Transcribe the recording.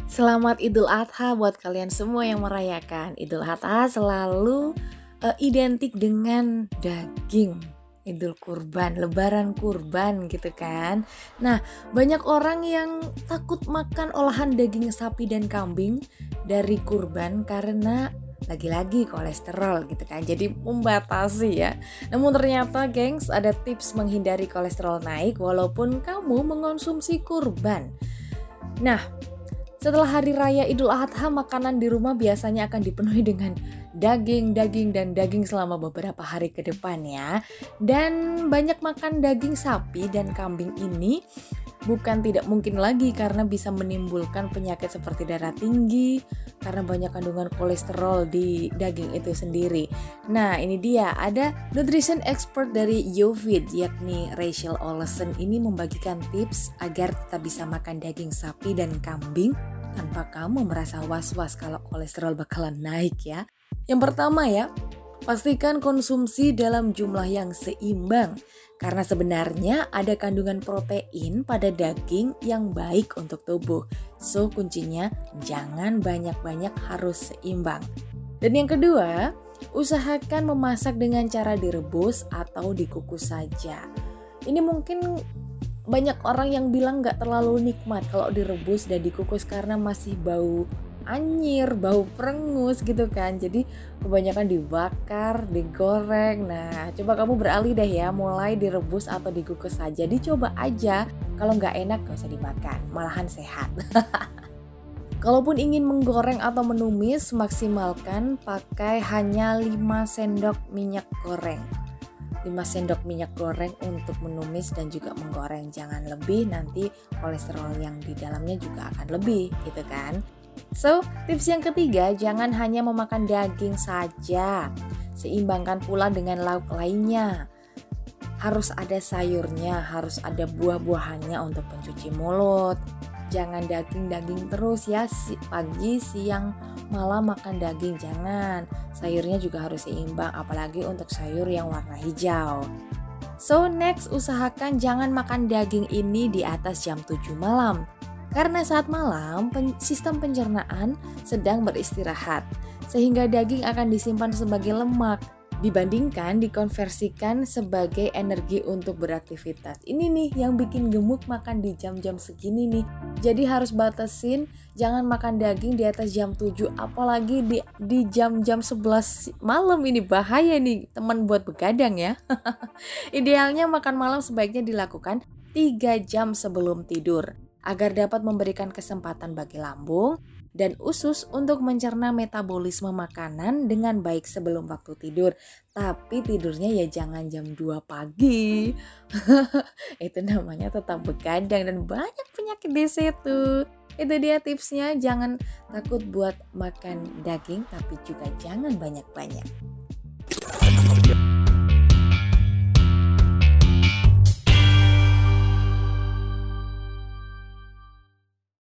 Selamat Idul Adha buat kalian semua yang merayakan. Idul Adha selalu identik dengan daging. Idul Kurban, Lebaran Kurban gitu kan. Nah, banyak orang yang takut makan olahan daging sapi dan kambing dari kurban karena lagi-lagi kolesterol gitu kan. Jadi membatasi ya. Namun ternyata gengs, ada tips menghindari kolesterol naik walaupun kamu mengonsumsi kurban. Nah, setelah hari raya Idul Adha, makanan di rumah biasanya akan dipenuhi dengan daging selama beberapa hari ke depan ya. Dan banyak makan daging sapi dan kambing ini bukan tidak mungkin lagi karena bisa menimbulkan penyakit seperti darah tinggi karena banyak kandungan kolesterol di daging itu sendiri. Nah, ini dia, ada nutrition expert dari Yovid yakni Rachel Olesen ini membagikan tips agar tetap bisa makan daging sapi dan kambing tanpa kamu merasa was-was kalau kolesterol bakalan naik ya. Yang pertama ya, pastikan konsumsi dalam jumlah yang seimbang. Karena sebenarnya ada kandungan protein pada daging yang baik untuk tubuh. So kuncinya jangan banyak-banyak, harus seimbang. Dan yang kedua, usahakan memasak dengan cara direbus atau dikukus saja. Ini mungkin banyak orang yang bilang gak terlalu nikmat kalau direbus dan dikukus karena masih bau anyir, bau perengus gitu kan. Jadi kebanyakan dibakar, digoreng. Nah, coba kamu beralih deh ya, mulai direbus atau dikukus saja. Dicoba aja, kalau gak enak gak usah dimakan, malahan sehat. Kalaupun ingin menggoreng atau menumis, maksimalkan pakai hanya 5 sendok minyak goreng. 5 sendok minyak goreng untuk menumis dan juga menggoreng, jangan lebih, nanti kolesterol yang di dalamnya juga akan lebih gitu kan. So, tips yang ketiga, jangan hanya memakan daging saja, seimbangkan pula dengan lauk lainnya. Harus ada sayurnya, harus ada buah-buahannya untuk pencuci mulut. Jangan daging-daging terus ya, pagi, siang, malam makan daging, jangan. Sayurnya juga harus seimbang, apalagi untuk sayur yang warna hijau. So next, usahakan jangan makan daging ini di atas jam 7 malam. Karena saat malam, sistem pencernaan sedang beristirahat, sehingga daging akan disimpan sebagai lemak, dibandingkan dikonversikan sebagai energi untuk beraktivitas. Ini nih yang bikin gemuk makan di jam-jam segini nih. Jadi harus batasin, jangan makan daging di atas jam 7, apalagi di jam-jam 11 malam. Ini bahaya nih teman buat begadang ya. Idealnya makan malam sebaiknya dilakukan 3 jam sebelum tidur, agar dapat memberikan kesempatan bagi lambung dan usus untuk mencerna metabolisme makanan dengan baik sebelum waktu tidur. Tapi tidurnya ya jangan jam 2 pagi. Itu namanya tetap begadang dan banyak penyakit di situ. Itu dia tipsnya, jangan takut buat makan daging, tapi juga jangan banyak-banyak.